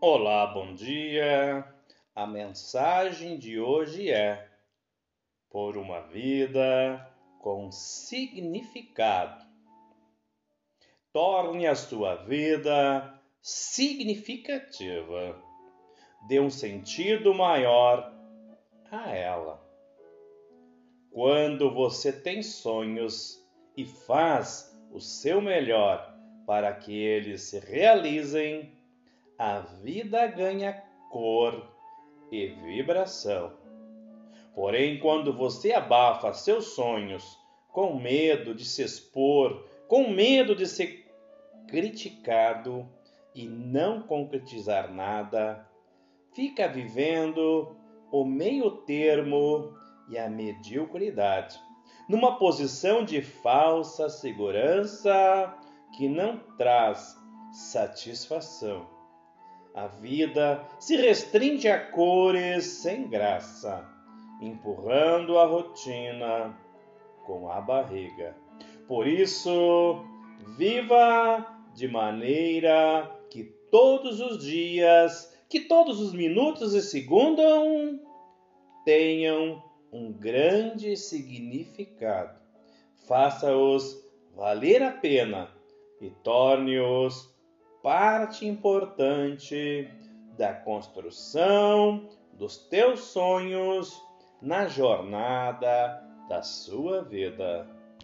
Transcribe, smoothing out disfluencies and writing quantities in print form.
Olá, bom dia. A mensagem de hoje é: por uma vida com significado. Torne a sua vida significativa. Dê um sentido maior a ela. Quando você tem sonhos e faz o seu melhor para que eles se realizem, a vida ganha cor e vibração. Porém, quando você abafa seus sonhos com medo de se expor, com medo de ser criticado e não concretizar nada, fica vivendo o meio termo e a mediocridade, numa posição de falsa segurança que não traz satisfação. A vida se restringe a cores sem graça, empurrando a rotina com a barriga. Por isso, viva de maneira que todos os dias, que todos os minutos e segundos tenham um grande significado. Faça-os valer a pena e torne-os parte importante da construção dos teus sonhos na jornada da sua vida.